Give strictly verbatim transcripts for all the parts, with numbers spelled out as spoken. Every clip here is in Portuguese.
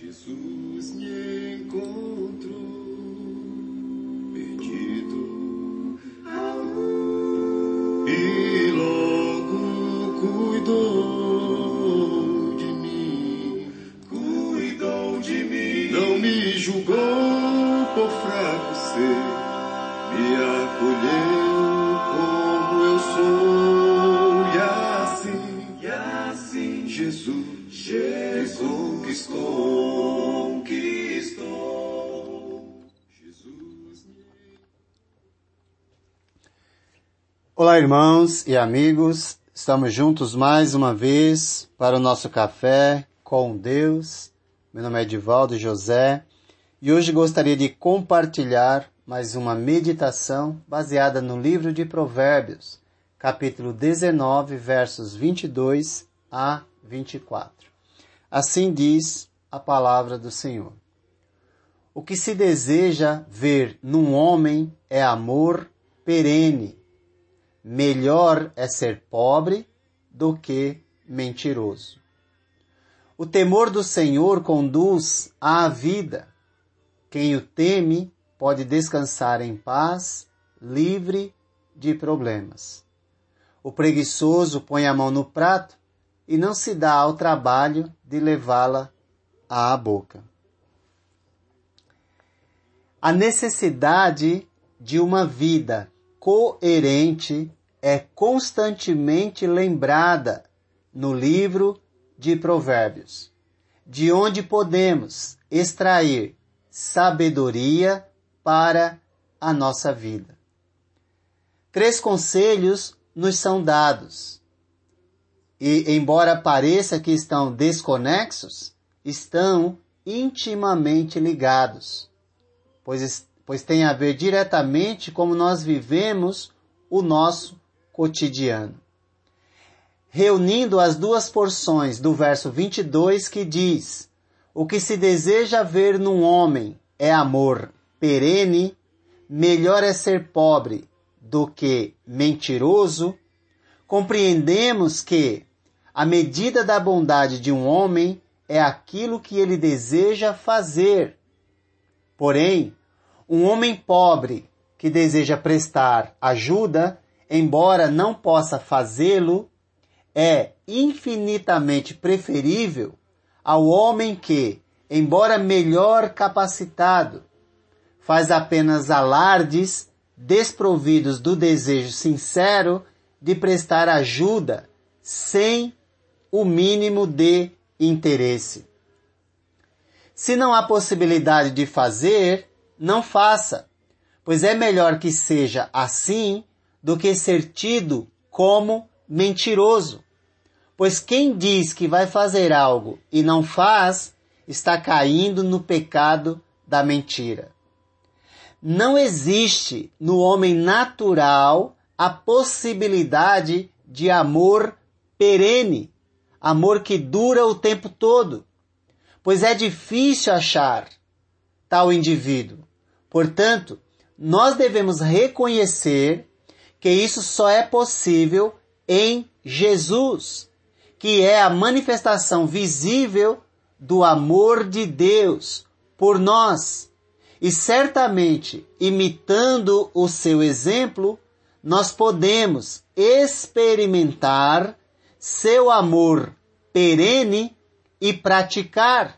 Jesus me encontrou perdido e logo cuidou de mim, cuidou de mim, não me julgou por fraco ser, me acolheu como eu sou, e assim, e assim Jesus, Jesus conquistou, conquistou. Jesus. Olá, irmãos e amigos, estamos juntos mais uma vez para o nosso café com Deus. Meu nome é Edivaldo José e hoje gostaria de compartilhar mais uma meditação baseada no livro de Provérbios, capítulo dezenove, versos vinte e dois a vinte e quatro. Assim diz a palavra do Senhor. O que se deseja ver num homem é amor perene. Melhor é ser pobre do que mentiroso. O temor do Senhor conduz à vida. Quem o teme pode descansar em paz, livre de problemas. O preguiçoso põe a mão no prato e não se dá ao trabalho de levá-la à boca. A necessidade de uma vida coerente é constantemente lembrada no livro de Provérbios, de onde podemos extrair sabedoria para a nossa vida. Três conselhos nos são dados, e embora pareça que estão desconexos, estão intimamente ligados, pois, pois tem a ver diretamente como nós vivemos o nosso cotidiano. Reunindo as duas porções do verso vinte e dois que diz: o que se deseja ver num homem é amor perene, melhor é ser pobre do que mentiroso, compreendemos que a medida da bondade de um homem é aquilo que ele deseja fazer. Porém, um homem pobre que deseja prestar ajuda, embora não possa fazê-lo, é infinitamente preferível ao homem que, embora melhor capacitado, faz apenas alardes desprovidos do desejo sincero de prestar ajuda sem o mínimo de interesse. Se não há possibilidade de fazer, não faça, pois é melhor que seja assim do que ser tido como mentiroso. Pois quem diz que vai fazer algo e não faz, está caindo no pecado da mentira. Não existe no homem natural a possibilidade de amor perene, amor que dura o tempo todo, pois é difícil achar tal indivíduo. Portanto, nós devemos reconhecer que isso só é possível em Jesus, que é a manifestação visível do amor de Deus por nós. E certamente, imitando o seu exemplo, nós podemos experimentar seu amor perene e praticar.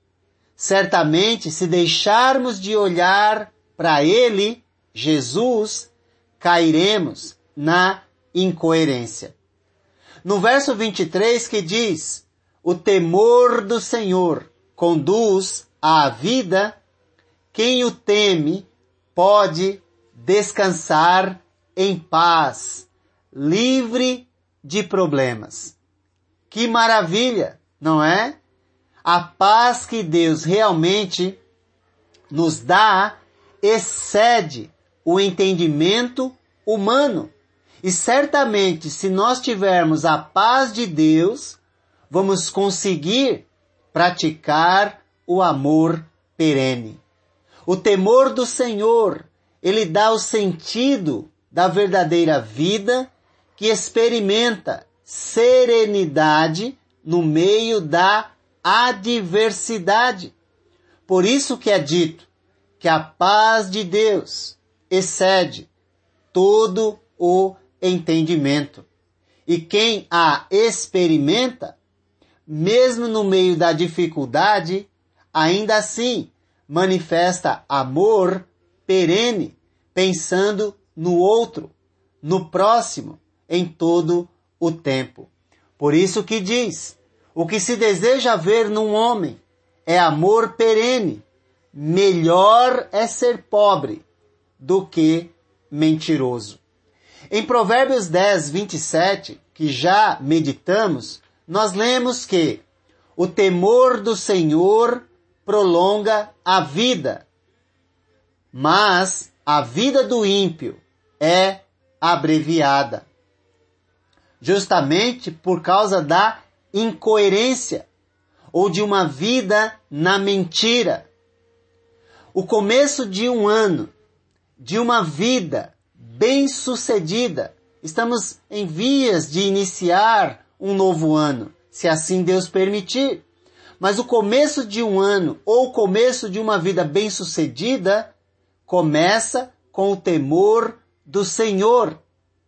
Certamente, se deixarmos de olhar para ele, Jesus, cairemos na incoerência. No verso vinte e três que diz: o temor do Senhor conduz à vida, quem o teme pode descansar em paz, livre de problemas. Que maravilha, não é? A paz que Deus realmente nos dá excede o entendimento humano. E certamente, se nós tivermos a paz de Deus, vamos conseguir praticar o amor perene. O temor do Senhor, ele dá o sentido da verdadeira vida que experimenta serenidade no meio da adversidade. Por isso que é dito que a paz de Deus excede todo o entendimento. E quem a experimenta, mesmo no meio da dificuldade, ainda assim manifesta amor perene, pensando no outro, no próximo, em todo o tempo. Por isso que diz, o que se deseja ver num homem é amor perene. Melhor é ser pobre do que mentiroso. Em Provérbios dez, vinte e sete, que já meditamos, nós lemos que o temor do Senhor prolonga a vida, mas a vida do ímpio é abreviada, justamente por causa da incoerência ou de uma vida na mentira. O começo de um ano, de uma vida bem-sucedida, estamos em vias de iniciar um novo ano, se assim Deus permitir. Mas o começo de um ano ou o começo de uma vida bem-sucedida começa com o temor do Senhor.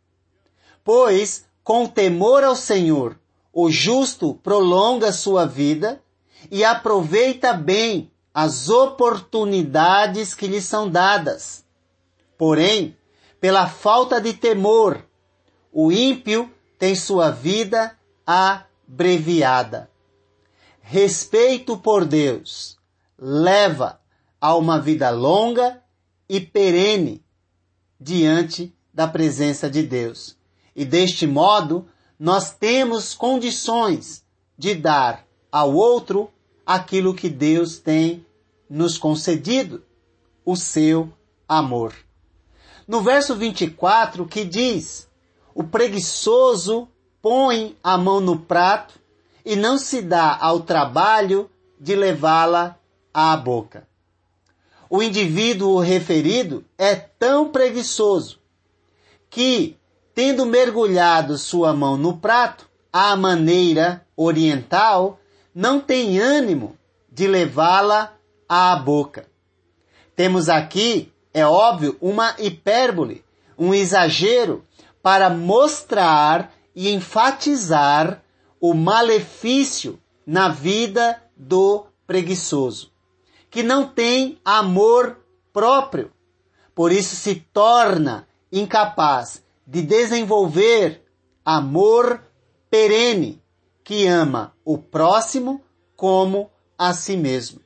Pois, com o temor ao Senhor, o justo prolonga sua vida e aproveita bem as oportunidades que lhe são dadas. Porém, pela falta de temor, o ímpio tem sua vida abreviada. Respeito por Deus leva a uma vida longa e perene diante da presença de Deus. E deste modo, nós temos condições de dar ao outro aquilo que Deus tem nos concedido, o seu amor. No verso vinte e quatro, que diz, o preguiçoso põe a mão no prato e não se dá ao trabalho de levá-la à boca. O indivíduo referido é tão preguiçoso que, tendo mergulhado sua mão no prato, à maneira oriental, não tem ânimo de levá-la à boca. Temos aqui, é óbvio, uma hipérbole, um exagero para mostrar e enfatizar o malefício na vida do preguiçoso, que não tem amor próprio, por isso se torna incapaz de desenvolver amor perene, que ama o próximo como a si mesmo.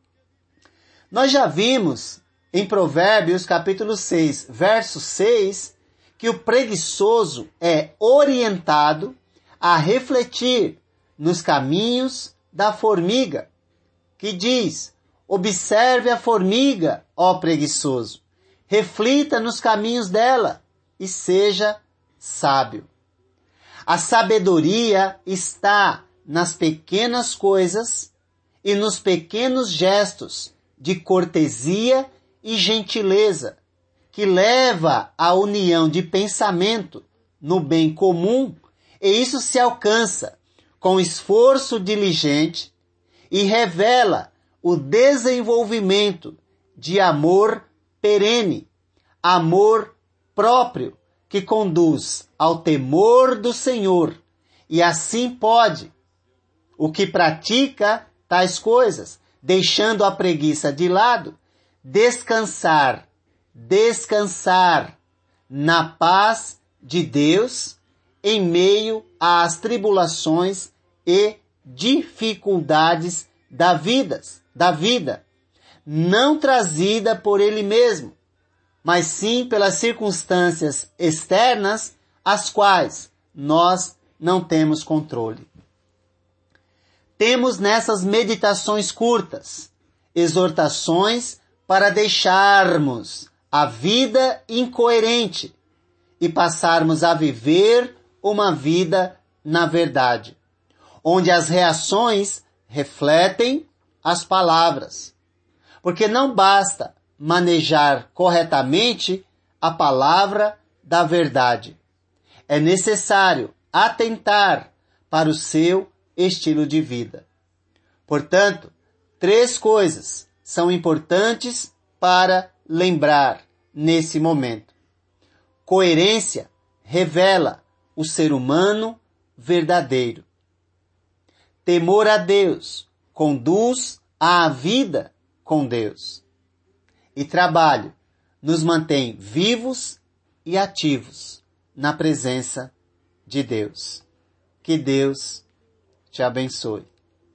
Nós já vimos em Provérbios capítulo seis, verso seis, que o preguiçoso é orientado a refletir nos caminhos da formiga, que diz, observe a formiga, ó preguiçoso, reflita nos caminhos dela e seja sábio. A sabedoria está nas pequenas coisas e nos pequenos gestos de cortesia e gentileza, que leva à união de pensamento no bem comum, e isso se alcança com esforço diligente e revela o desenvolvimento de amor perene, amor próprio, que conduz ao temor do Senhor, e assim pode o que pratica tais coisas, deixando a preguiça de lado, descansar, descansar na paz de Deus em meio às tribulações e dificuldades da vida, da vida, não trazida por ele mesmo, mas sim pelas circunstâncias externas, as quais nós não temos controle. Temos nessas meditações curtas exortações para deixarmos a vida incoerente e passarmos a viver uma vida na verdade, onde as reações refletem as palavras. Porque não basta manejar corretamente a palavra da verdade. É necessário atentar para o seu estilo de vida. Portanto, três coisas são importantes para lembrar nesse momento. Coerência revela o ser humano verdadeiro. Temor a Deus conduz à vida com Deus. E trabalho nos mantém vivos e ativos na presença de Deus. Que Deus te abençoe.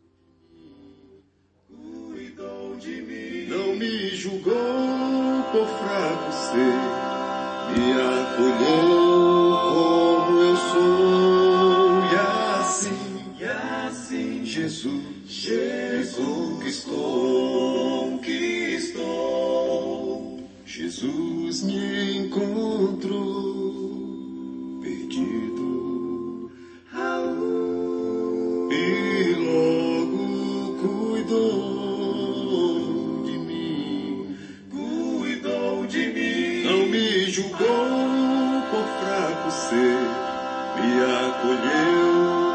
Cuidou de mim, não me julgou por fraco ser, me acolheu como eu sou, e assim, e assim Jesus, Jesus conquistou, conquistou. Jesus me encontrou perdido e logo cuidou de mim, cuidou de mim, não me julgou por fraco ser, me acolheu